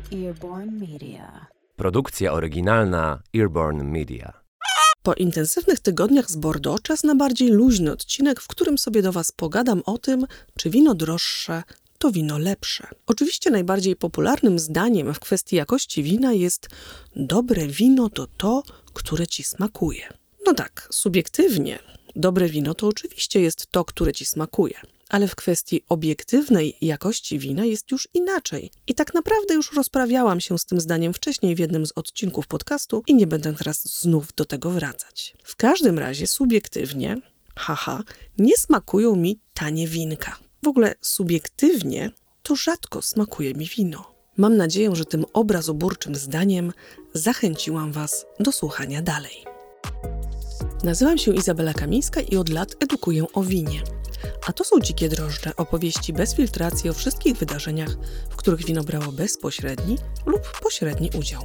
Earborn Media. Produkcja oryginalna Earborn Media. Po intensywnych tygodniach z Bordeaux czas na bardziej luźny odcinek, w którym sobie do Was pogadam o tym, czy wino droższe to wino lepsze. Oczywiście najbardziej popularnym zdaniem w kwestii jakości wina jest: dobre wino to to, które Ci smakuje. No tak, subiektywnie dobre wino to oczywiście jest to, które Ci smakuje. Ale w kwestii obiektywnej jakości wina jest już inaczej. I tak naprawdę już rozprawiałam się z tym zdaniem wcześniej w jednym z odcinków podcastu i nie będę teraz znów do tego wracać. W każdym razie subiektywnie, nie smakują mi tanie winka. W ogóle subiektywnie to rzadko smakuje mi wino. Mam nadzieję, że tym obrazoburczym zdaniem zachęciłam Was do słuchania dalej. Nazywam się Izabela Kamińska i od lat edukuję o winie. A to są Dzikie Drożdże, opowieści bez filtracji o wszystkich wydarzeniach, w których wino brało bezpośredni lub pośredni udział.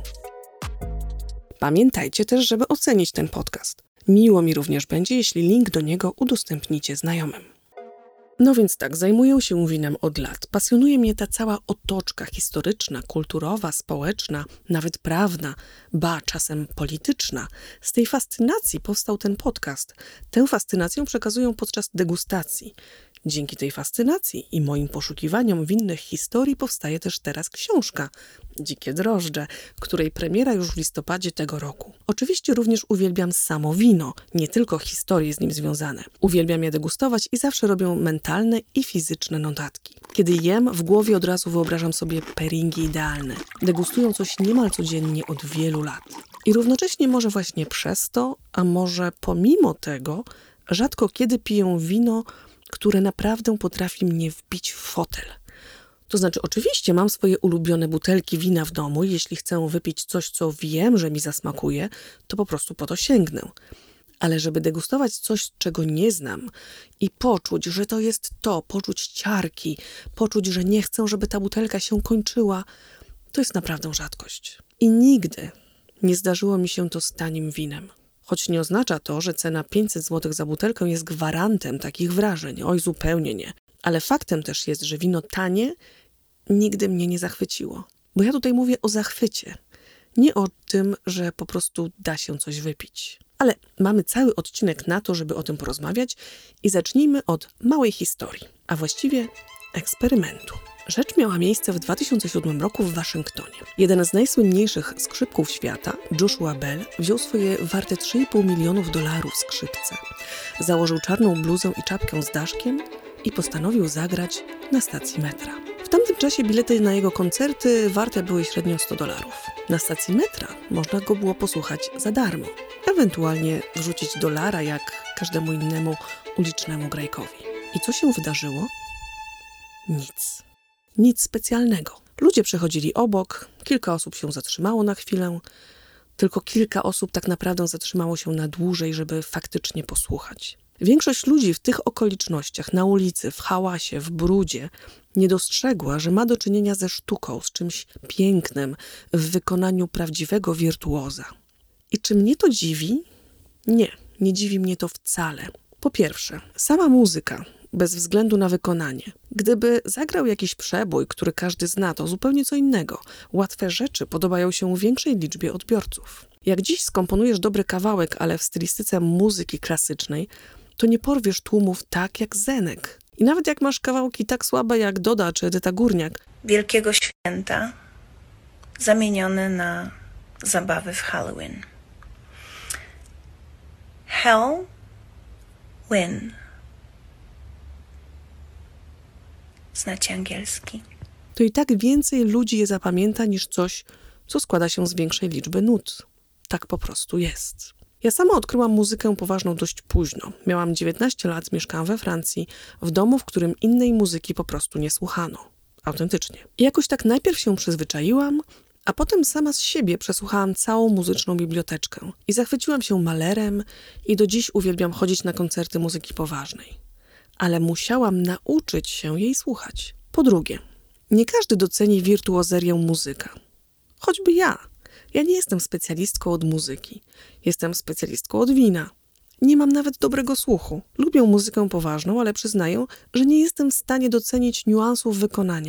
Pamiętajcie też, żeby ocenić ten podcast. Miło mi również będzie, jeśli link do niego udostępnicie znajomym. No więc tak, zajmuję się winem od lat. Pasjonuje mnie ta cała otoczka historyczna, kulturowa, społeczna, nawet prawna, ba czasem polityczna. Z tej fascynacji powstał ten podcast. Tę fascynację przekazuję podczas degustacji. Dzięki tej fascynacji i moim poszukiwaniom winnych historii powstaje też teraz książka Dzikie Drożdże, której premiera już w listopadzie tego roku. Oczywiście również uwielbiam samo wino, nie tylko historie z nim związane. Uwielbiam je degustować i zawsze robię mentalne i fizyczne notatki. Kiedy jem, w głowie od razu wyobrażam sobie pairingi idealne. Degustuję coś niemal codziennie od wielu lat. I równocześnie może właśnie przez to, a może pomimo tego, rzadko kiedy piję wino, które naprawdę potrafi mnie wbić w fotel. To znaczy, oczywiście mam swoje ulubione butelki wina w domu i jeśli chcę wypić coś, co wiem, że mi zasmakuje, to po prostu po to sięgnę. Ale żeby degustować coś, czego nie znam i poczuć, że to jest to, poczuć ciarki, poczuć, że nie chcę, żeby ta butelka się kończyła, to jest naprawdę rzadkość. I nigdy nie zdarzyło mi się to z tanim winem. Choć nie oznacza to, że cena 500 zł za butelkę jest gwarantem takich wrażeń. Oj, zupełnie nie. Ale faktem też jest, że wino tanie nigdy mnie nie zachwyciło. Bo ja tutaj mówię o zachwycie. Nie o tym, że po prostu da się coś wypić. Ale mamy cały odcinek na to, żeby o tym porozmawiać i zacznijmy od małej historii, a właściwie eksperymentu. Rzecz miała miejsce w 2007 roku w Waszyngtonie. Jeden z najsłynniejszych skrzypków świata, Joshua Bell, wziął swoje warte $3,5 miliona skrzypce. Założył czarną bluzę i czapkę z daszkiem i postanowił zagrać na stacji metra. W tamtym czasie bilety na jego koncerty warte były średnio $100. Na stacji metra można go było posłuchać za darmo. Ewentualnie wrzucić $1 jak każdemu innemu ulicznemu grajkowi. I co się wydarzyło? Nic. Nic specjalnego. Ludzie przechodzili obok, kilka osób się zatrzymało na chwilę, tylko kilka osób tak naprawdę zatrzymało się na dłużej, żeby faktycznie posłuchać. Większość ludzi w tych okolicznościach, na ulicy, w hałasie, w brudzie, nie dostrzegła, że ma do czynienia ze sztuką, z czymś pięknym w wykonaniu prawdziwego wirtuoza. I czy mnie to dziwi? Nie dziwi mnie to wcale. Po pierwsze, sama muzyka, bez względu na wykonanie. Gdyby zagrał jakiś przebój, który każdy zna, to zupełnie co innego. Łatwe rzeczy podobają się większej liczbie odbiorców. Jak dziś skomponujesz dobry kawałek, ale w stylistyce muzyki klasycznej, to nie porwiesz tłumów tak jak Zenek. I nawet jak masz kawałki tak słabe jak Doda czy Edyta Górniak. Wielkiego Święta zamienione na zabawy w Halloween. Halloween. Znacie angielski? To i tak więcej ludzi je zapamięta niż coś, co składa się z większej liczby nut. Tak po prostu jest. Ja sama odkryłam muzykę poważną dość późno. Miałam 19 lat, mieszkałam we Francji, w domu, w którym innej muzyki po prostu nie słuchano. Autentycznie. I jakoś tak najpierw się przyzwyczaiłam, a potem sama z siebie przesłuchałam całą muzyczną biblioteczkę. I zachwyciłam się Mahlerem i do dziś uwielbiam chodzić na koncerty muzyki poważnej. Ale musiałam nauczyć się jej słuchać. Po drugie, nie każdy doceni wirtuozerię muzyka. Choćby ja. Ja nie jestem specjalistką od muzyki. Jestem specjalistką od wina. Nie mam nawet dobrego słuchu. Lubię muzykę poważną, ale przyznaję, że nie jestem w stanie docenić niuansów wykonania.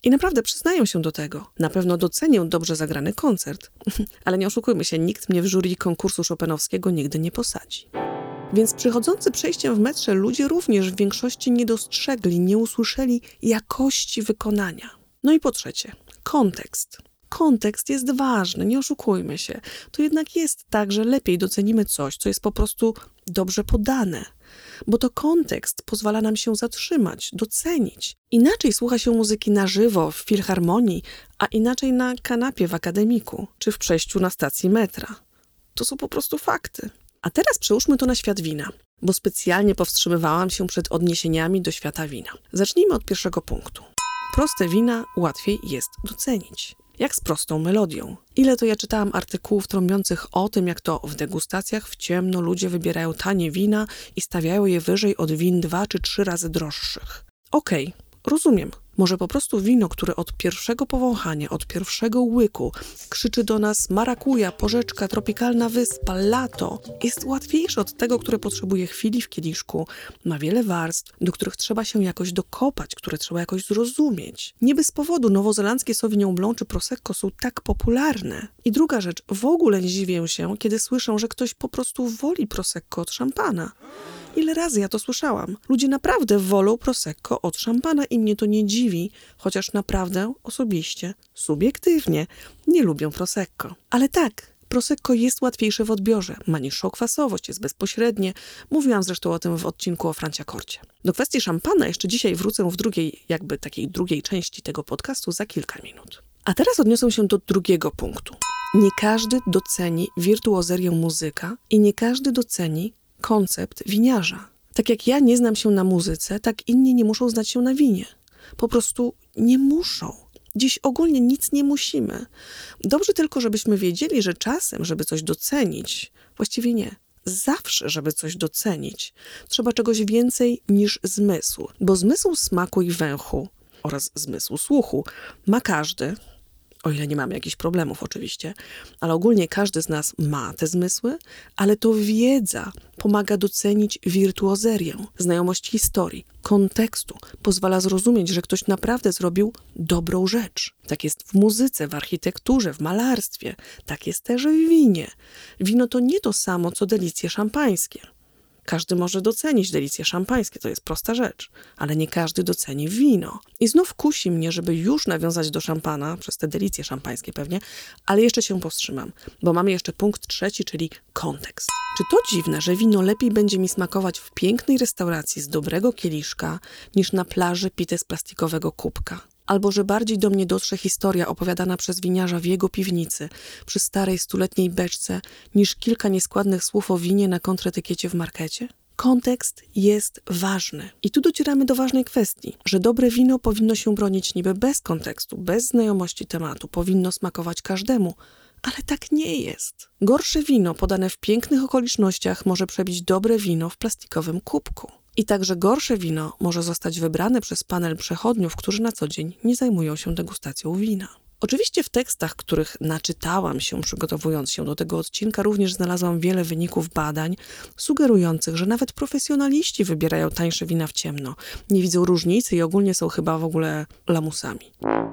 I naprawdę przyznają się do tego. Na pewno docenię dobrze zagrany koncert. Ale nie oszukujmy się, nikt mnie w jury konkursu chopinowskiego nigdy nie posadzi. Więc przychodzący przejściem w metrze ludzie również w większości nie dostrzegli, nie usłyszeli jakości wykonania. No i po trzecie, kontekst. Kontekst jest ważny, nie oszukujmy się. To jednak jest tak, że lepiej docenimy coś, co jest po prostu dobrze podane. Bo to kontekst pozwala nam się zatrzymać, docenić. Inaczej słucha się muzyki na żywo, w filharmonii, a inaczej na kanapie w akademiku, czy w przejściu na stacji metra. To są po prostu fakty. A teraz przełóżmy to na świat wina, bo specjalnie powstrzymywałam się przed odniesieniami do świata wina. Zacznijmy od pierwszego punktu. Proste wina łatwiej jest docenić. Jak z prostą melodią. Ile to ja czytałam artykułów trąbiących o tym, jak to w degustacjach w ciemno ludzie wybierają tanie wina i stawiają je wyżej od win 2 czy 3 razy droższych. Okej, rozumiem. Może po prostu wino, które od pierwszego powąchania, od pierwszego łyku krzyczy do nas marakuja, porzeczka, tropikalna wyspa, lato, jest łatwiejsze od tego, które potrzebuje chwili w kieliszku, ma wiele warstw, do których trzeba się jakoś dokopać, które trzeba jakoś zrozumieć. Nie bez powodu nowozelandzkie Sauvignon Blanc czy Prosecco są tak popularne. I druga rzecz, w ogóle nie dziwię się, kiedy słyszę, że ktoś po prostu woli Prosecco od szampana. Ile razy ja to słyszałam? Ludzie naprawdę wolą Prosecco od szampana i mnie to nie dziwi, chociaż naprawdę, osobiście, subiektywnie, nie lubią Prosecco. Ale tak, Prosecco jest łatwiejsze w odbiorze, ma niższą kwasowość, jest bezpośrednie. Mówiłam zresztą o tym w odcinku o Franciacorcie. Do kwestii szampana jeszcze dzisiaj wrócę w drugiej części tego podcastu za kilka minut. A teraz odniosę się do drugiego punktu. Nie każdy doceni wirtuozerię muzyka i nie każdy doceni koncept winiarza. Tak jak ja nie znam się na muzyce, tak inni nie muszą znać się na winie. Po prostu nie muszą. Dziś ogólnie nic nie musimy. Dobrze tylko, żebyśmy wiedzieli, że czasem, żeby coś docenić, właściwie nie, zawsze, żeby coś docenić, trzeba czegoś więcej niż zmysł. Bo zmysł smaku i węchu oraz zmysł słuchu ma każdy, o ile nie mamy jakichś problemów oczywiście, ale ogólnie każdy z nas ma te zmysły, ale to wiedza pomaga docenić wirtuozerię. Znajomość historii, kontekstu pozwala zrozumieć, że ktoś naprawdę zrobił dobrą rzecz. Tak jest w muzyce, w architekturze, w malarstwie. Tak jest też w winie. Wino to nie to samo, co delicje szampańskie. Każdy może docenić delicje szampańskie, to jest prosta rzecz, ale nie każdy doceni wino. I znów kusi mnie, żeby już nawiązać do szampana, przez te delicje szampańskie pewnie, ale jeszcze się powstrzymam, bo mamy jeszcze punkt trzeci, czyli kontekst. Czy to dziwne, że wino lepiej będzie mi smakować w pięknej restauracji z dobrego kieliszka, niż na plaży pite z plastikowego kubka? Albo że bardziej do mnie dotrze historia opowiadana przez winiarza w jego piwnicy, przy starej stuletniej beczce, niż kilka nieskładnych słów o winie na kontretykiecie w markecie? Kontekst jest ważny. I tu docieramy do ważnej kwestii, że dobre wino powinno się bronić niby bez kontekstu, bez znajomości tematu, powinno smakować każdemu, ale tak nie jest. Gorsze wino podane w pięknych okolicznościach może przebić dobre wino w plastikowym kubku. I także gorsze wino może zostać wybrane przez panel przechodniów, którzy na co dzień nie zajmują się degustacją wina. Oczywiście w tekstach, których naczytałam się przygotowując się do tego odcinka, również znalazłam wiele wyników badań sugerujących, że nawet profesjonaliści wybierają tańsze wina w ciemno, nie widzą różnicy i ogólnie są chyba w ogóle lamusami.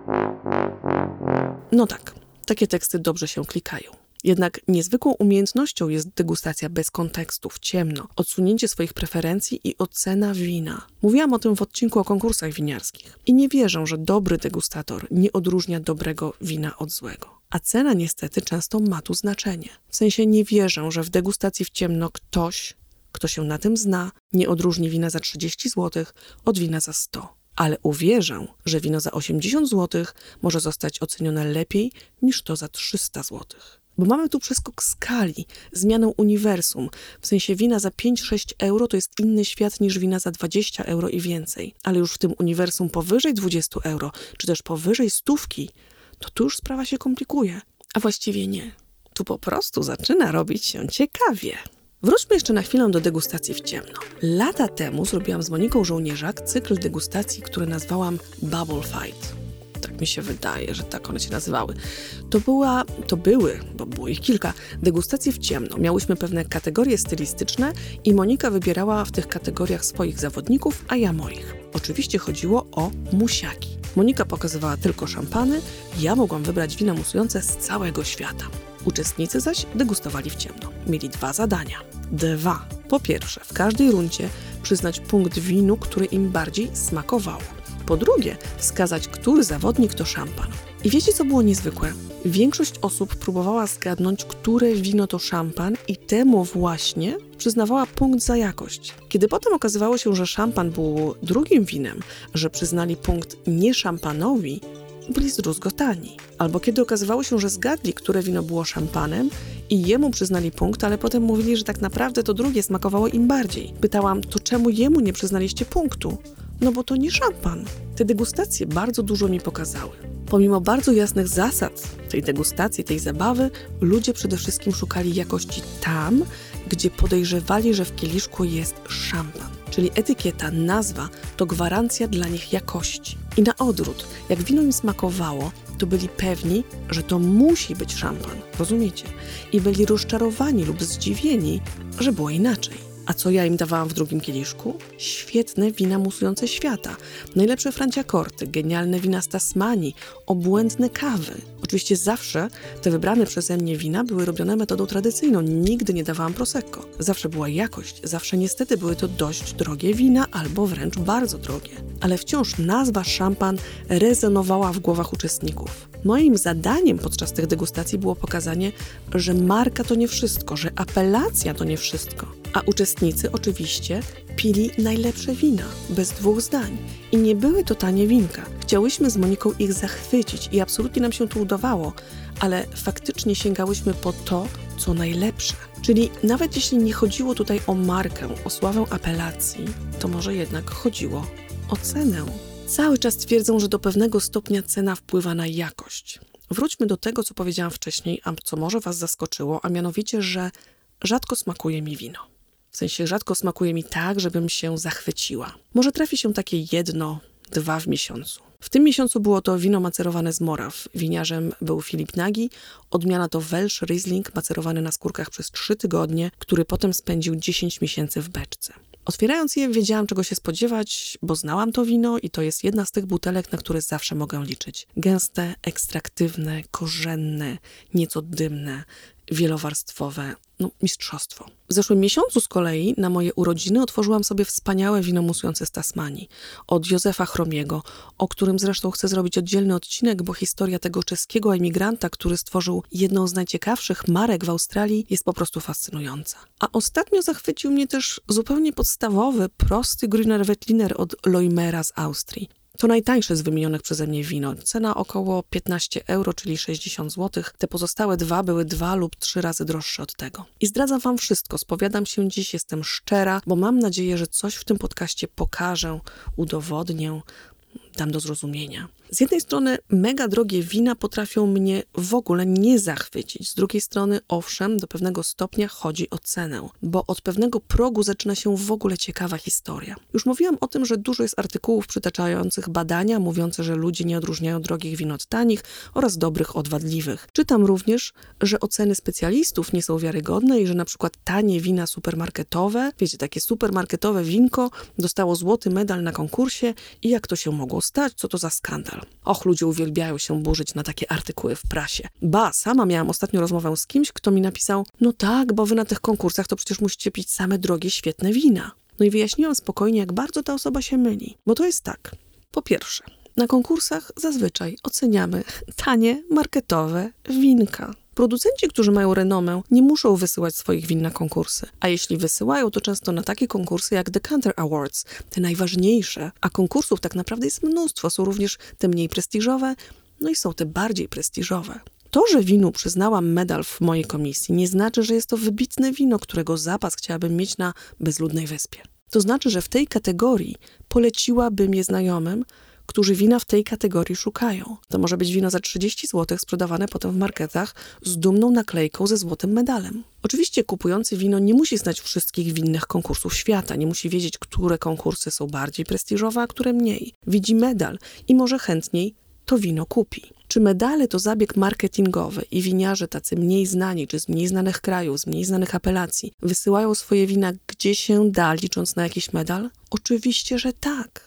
No tak, takie teksty dobrze się klikają. Jednak niezwykłą umiejętnością jest degustacja bez kontekstu, w ciemno, odsunięcie swoich preferencji i ocena wina. Mówiłam o tym w odcinku o konkursach winiarskich. I nie wierzę, że dobry degustator nie odróżnia dobrego wina od złego. A cena niestety często ma tu znaczenie. W sensie nie wierzę, że w degustacji w ciemno ktoś, kto się na tym zna, nie odróżni wina za 30 zł od wina za 100. Ale uwierzę, że wino za 80 zł może zostać ocenione lepiej niż to za 300 zł. Bo mamy tu przeskok skali, zmianę uniwersum. W sensie wina za 5-6 euro to jest inny świat niż wina za 20 euro i więcej. Ale już w tym uniwersum powyżej 20 euro, czy też powyżej 100, to tu już sprawa się komplikuje. A właściwie nie. Tu po prostu zaczyna robić się ciekawie. Wróćmy jeszcze na chwilę do degustacji w ciemno. Lata temu zrobiłam z Moniką Żołnierzak cykl degustacji, który nazwałam Bubble Fight. Tak mi się wydaje, że tak one się nazywały. To były, bo było ich kilka, degustacje w ciemno. Miałyśmy pewne kategorie stylistyczne i Monika wybierała w tych kategoriach swoich zawodników, a ja moich. Oczywiście chodziło o musiaki. Monika pokazywała tylko szampany, ja mogłam wybrać wina musujące z całego świata. Uczestnicy zaś degustowali w ciemno. Mieli 2 zadania. Po pierwsze, w każdej rundzie przyznać punkt winu, które im bardziej smakowało. Po drugie, wskazać, który zawodnik to szampan. I wiecie, co było niezwykłe? Większość osób próbowała zgadnąć, które wino to szampan i temu właśnie przyznawała punkt za jakość. Kiedy potem okazywało się, że szampan był drugim winem, że przyznali punkt nie szampanowi, byli zdruzgotani. Albo kiedy okazywało się, że zgadli, które wino było szampanem i jemu przyznali punkt, ale potem mówili, że tak naprawdę to drugie smakowało im bardziej. Pytałam, to czemu jemu nie przyznaliście punktu? No bo to nie szampan. Te degustacje bardzo dużo mi pokazały. Pomimo bardzo jasnych zasad tej degustacji, tej zabawy, ludzie przede wszystkim szukali jakości tam, gdzie podejrzewali, że w kieliszku jest szampan. Czyli etykieta, nazwa to gwarancja dla nich jakości. I na odwrót, jak wino im smakowało, to byli pewni, że to musi być szampan. Rozumiecie? I byli rozczarowani lub zdziwieni, że było inaczej. A co ja im dawałam w drugim kieliszku? Świetne wina musujące świata. Najlepsze franciacorty, genialne wina z Tasmanii, obłędne kawy. Oczywiście zawsze te wybrane przeze mnie wina były robione metodą tradycyjną. Nigdy nie dawałam prosecco. Zawsze była jakość. Zawsze niestety były to dość drogie wina albo wręcz bardzo drogie. Ale wciąż nazwa szampan rezonowała w głowach uczestników. Moim zadaniem podczas tych degustacji było pokazanie, że marka to nie wszystko, że apelacja to nie wszystko. A uczestnicy oczywiście pili najlepsze wina, bez 2 zdań. I nie były to tanie winka. Chciałyśmy z Moniką ich zachwycić i absolutnie nam się to udawało, ale faktycznie sięgałyśmy po to, co najlepsze. Czyli nawet jeśli nie chodziło tutaj o markę, o sławę apelacji, to może jednak chodziło o cenę. Cały czas twierdzą, że do pewnego stopnia cena wpływa na jakość. Wróćmy do tego, co powiedziałam wcześniej, a co może Was zaskoczyło, a mianowicie, że rzadko smakuje mi wino. W sensie rzadko smakuje mi tak, żebym się zachwyciła. Może trafi się takie 1, 2 w miesiącu. W tym miesiącu było to wino macerowane z Moraw. Winiarzem był Filip Nagy. Odmiana to Welsh Riesling macerowany na skórkach przez 3 tygodnie, który potem spędził 10 miesięcy w beczce. Otwierając je, wiedziałam, czego się spodziewać, bo znałam to wino i to jest jedna z tych butelek, na które zawsze mogę liczyć. Gęste, ekstraktywne, korzenne, nieco dymne, wielowarstwowe. Mistrzostwo. W zeszłym miesiącu z kolei na moje urodziny otworzyłam sobie wspaniałe wino musujące z Tasmanii od Józefa Chromiego, o którym zresztą chcę zrobić oddzielny odcinek, bo historia tego czeskiego emigranta, który stworzył jedną z najciekawszych marek w Australii, jest po prostu fascynująca. A ostatnio zachwycił mnie też zupełnie podstawowy, prosty Grüner Veltliner od Leumera z Austrii. To najtańsze z wymienionych przeze mnie wino. Cena około 15 euro, czyli 60 zł. Te pozostałe 2 były 2 lub 3 razy droższe od tego. I zdradzam Wam wszystko. Spowiadam się dziś, jestem szczera, bo mam nadzieję, że coś w tym podcaście pokażę, udowodnię, dam do zrozumienia. Z jednej strony mega drogie wina potrafią mnie w ogóle nie zachwycić. Z drugiej strony, owszem, do pewnego stopnia chodzi o cenę, bo od pewnego progu zaczyna się w ogóle ciekawa historia. Już mówiłam o tym, że dużo jest artykułów przytaczających badania, mówiące, że ludzie nie odróżniają drogich win od tanich oraz dobrych od wadliwych. Czytam również, że oceny specjalistów nie są wiarygodne i że na przykład tanie wina supermarketowe, wiecie, takie supermarketowe winko dostało złoty medal na konkursie i jak to się mogło stać, co to za skandal. Ludzie uwielbiają się burzyć na takie artykuły w prasie. Sama miałam ostatnio rozmowę z kimś, kto mi napisał, no tak, bo wy na tych konkursach to przecież musicie pić same drogie, świetne wina. No i wyjaśniłam spokojnie, jak bardzo ta osoba się myli. Bo to jest tak. Po pierwsze, na konkursach zazwyczaj oceniamy tanie, marketowe winka. Producenci, którzy mają renomę, nie muszą wysyłać swoich win na konkursy. A jeśli wysyłają, to często na takie konkursy jak Decanter Awards, te najważniejsze. A konkursów tak naprawdę jest mnóstwo. Są również te mniej prestiżowe, no i są te bardziej prestiżowe. To, że winu przyznałam medal w mojej komisji, nie znaczy, że jest to wybitne wino, którego zapas chciałabym mieć na bezludnej wyspie. To znaczy, że w tej kategorii poleciłabym je znajomym, którzy wina w tej kategorii szukają. To może być wino za 30 zł sprzedawane potem w marketach z dumną naklejką ze złotym medalem. Oczywiście kupujący wino nie musi znać wszystkich winnych konkursów świata, nie musi wiedzieć, które konkursy są bardziej prestiżowe, a które mniej. Widzi medal i może chętniej to wino kupi. Czy medale to zabieg marketingowy i winiarze tacy mniej znani, czy z mniej znanych krajów, z mniej znanych apelacji, wysyłają swoje wina gdzie się da, licząc na jakiś medal? Oczywiście, że tak.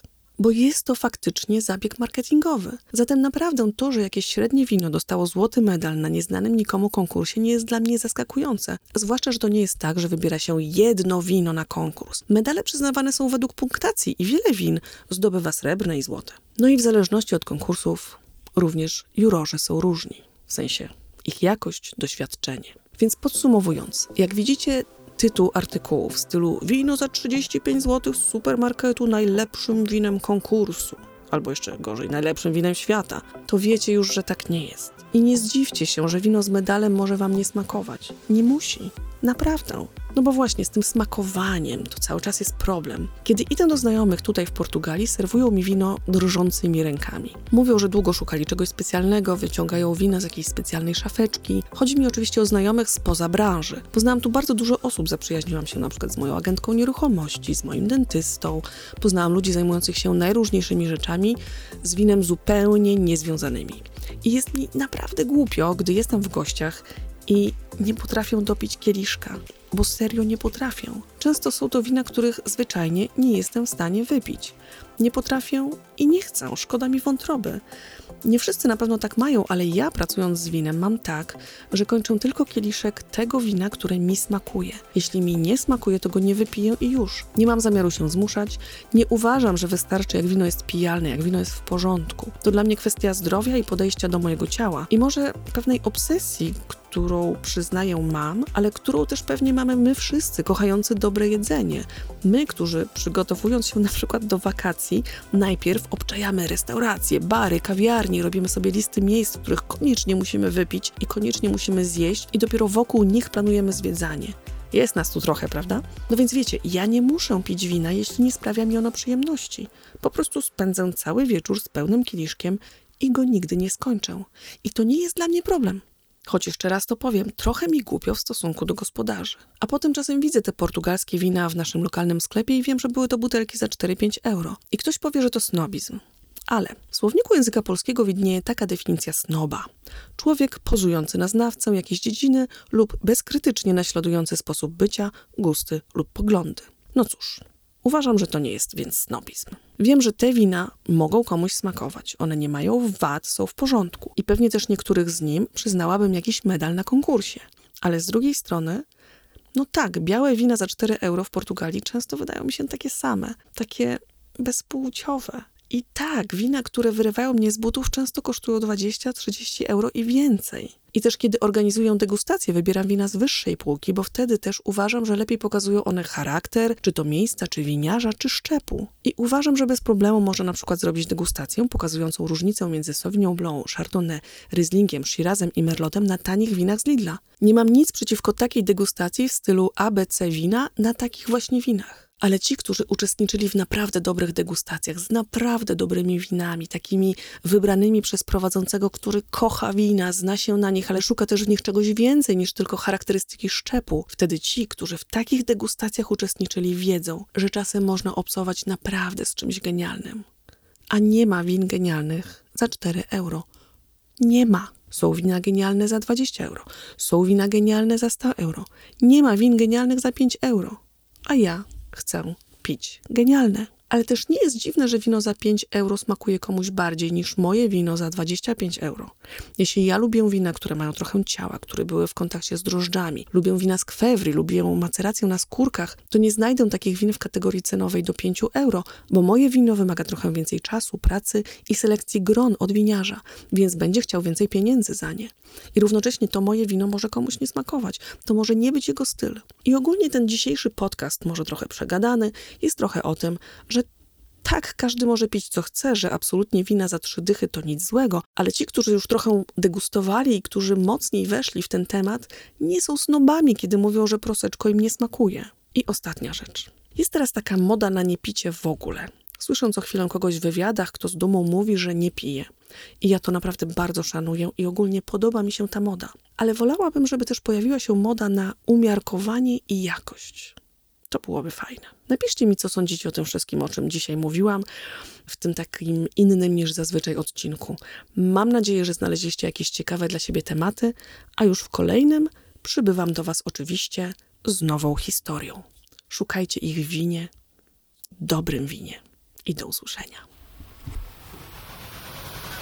bo jest to faktycznie zabieg marketingowy. Zatem naprawdę to, że jakieś średnie wino dostało złoty medal na nieznanym nikomu konkursie, nie jest dla mnie zaskakujące. Zwłaszcza, że to nie jest tak, że wybiera się jedno wino na konkurs. Medale przyznawane są według punktacji i wiele win zdobywa srebrne i złote. No i w zależności od konkursów również jurorzy są różni. W sensie ich jakość, doświadczenie. Więc podsumowując, jak widzicie tytuł artykułu w stylu wino za 35 zł z supermarketu najlepszym winem konkursu, albo jeszcze gorzej, najlepszym winem świata, to wiecie już, że tak nie jest. I nie zdziwcie się, że wino z medalem może wam nie smakować. Nie musi. Naprawdę. No bo właśnie z tym smakowaniem to cały czas jest problem. Kiedy idę do znajomych tutaj w Portugalii, serwują mi wino drżącymi rękami. Mówią, że długo szukali czegoś specjalnego, wyciągają wina z jakiejś specjalnej szafeczki. Chodzi mi oczywiście o znajomych spoza branży. Poznałam tu bardzo dużo osób, zaprzyjaźniłam się na przykład z moją agentką nieruchomości, z moim dentystą. Poznałam ludzi zajmujących się najróżniejszymi rzeczami z winem zupełnie niezwiązanymi. I jest mi naprawdę głupio, gdy jestem w gościach i nie potrafią dopić kieliszka, bo serio nie potrafią. Często są to wina, których zwyczajnie nie jestem w stanie wypić. Nie potrafię i nie chcę, szkoda mi wątroby. Nie wszyscy na pewno tak mają, ale ja pracując z winem mam tak, że kończę tylko kieliszek tego wina, które mi smakuje. Jeśli mi nie smakuje, to go nie wypiję i już. Nie mam zamiaru się zmuszać. Nie uważam, że wystarczy, jak wino jest pijalne, jak wino jest w porządku. To dla mnie kwestia zdrowia i podejścia do mojego ciała. I może pewnej obsesji, którą przyznaję mam, ale którą też pewnie mamy my wszyscy, kochający dobre jedzenie. My, którzy przygotowując się na przykład do wakacji, najpierw obczajamy restauracje, bary, kawiarnie, robimy sobie listy miejsc, w których koniecznie musimy wypić i koniecznie musimy zjeść i dopiero wokół nich planujemy zwiedzanie. Jest nas tu trochę, prawda? No więc wiecie, ja nie muszę pić wina, jeśli nie sprawia mi ono przyjemności. Po prostu spędzę cały wieczór z pełnym kieliszkiem i go nigdy nie skończę. I to nie jest dla mnie problem. Choć jeszcze raz to powiem, trochę mi głupio w stosunku do gospodarzy. A potem czasem widzę te portugalskie wina w naszym lokalnym sklepie i wiem, że były to butelki za 4-5 euro. I ktoś powie, że to snobizm. Ale w słowniku języka polskiego widnieje taka definicja snoba. Człowiek pozujący na znawcę jakiejś dziedziny lub bezkrytycznie naśladujący sposób bycia, gusty lub poglądy. No cóż, uważam, że to nie jest więc snobizm. Wiem, że te wina mogą komuś smakować. One nie mają wad, są w porządku. I pewnie też niektórych z nim przyznałabym jakiś medal na konkursie. Ale z drugiej strony, no tak, białe wina za 4 euro w Portugalii często wydają mi się takie same. Takie bezpłciowe. I tak, wina, które wyrywają mnie z butów, często kosztują 20-30 euro i więcej. I też kiedy organizuję degustację, wybieram wina z wyższej półki, bo wtedy też uważam, że lepiej pokazują one charakter, czy to miejsca, czy winiarza, czy szczepu. I uważam, że bez problemu można na przykład zrobić degustację pokazującą różnicę między Sauvignon Blanc, Chardonnay, Rieslingiem, Shirazem i Merlotem na tanich winach z Lidla. Nie mam nic przeciwko takiej degustacji w stylu ABC wina na takich właśnie winach. Ale ci, którzy uczestniczyli w naprawdę dobrych degustacjach, z naprawdę dobrymi winami, takimi wybranymi przez prowadzącego, który kocha wina, zna się na nich, ale szuka też w nich czegoś więcej niż tylko charakterystyki szczepu. Wtedy ci, którzy w takich degustacjach uczestniczyli, wiedzą, że czasem można obcować naprawdę z czymś genialnym. A nie ma win genialnych za 4 euro. Nie ma. Są wina genialne za 20 euro. Są wina genialne za 100 euro. Nie ma win genialnych za 5 euro. A ja chcę pić genialne. Ale też nie jest dziwne, że wino za 5 euro smakuje komuś bardziej niż moje wino za 25 euro. Jeśli ja lubię wina, które mają trochę ciała, które były w kontakcie z drożdżami, lubię wina z kwewry, lubię macerację na skórkach, to nie znajdę takich win w kategorii cenowej do 5 euro, bo moje wino wymaga trochę więcej czasu, pracy i selekcji gron od winiarza, więc będzie chciał więcej pieniędzy za nie. I równocześnie to moje wino może komuś nie smakować, to może nie być jego styl. I ogólnie ten dzisiejszy podcast, może trochę przegadany, jest trochę o tym, że tak, każdy może pić co chce, że absolutnie wina za 3 dychy to nic złego, ale ci, którzy już trochę degustowali i którzy mocniej weszli w ten temat, nie są snobami, kiedy mówią, że proseczko im nie smakuje. I ostatnia rzecz. Jest teraz taka moda na niepicie w ogóle. Słyszę co chwilę kogoś w wywiadach, kto z dumą mówi, że nie pije. I ja to naprawdę bardzo szanuję i ogólnie podoba mi się ta moda. Ale wolałabym, żeby też pojawiła się moda na umiarkowanie i jakość. To byłoby fajne. Napiszcie mi, co sądzicie o tym wszystkim, o czym dzisiaj mówiłam, w tym takim innym niż zazwyczaj odcinku. Mam nadzieję, że znaleźliście jakieś ciekawe dla siebie tematy, a już w kolejnym przybywam do Was oczywiście z nową historią. Szukajcie ich w winie, dobrym winie i do usłyszenia.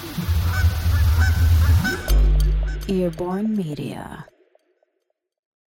Earborn Media.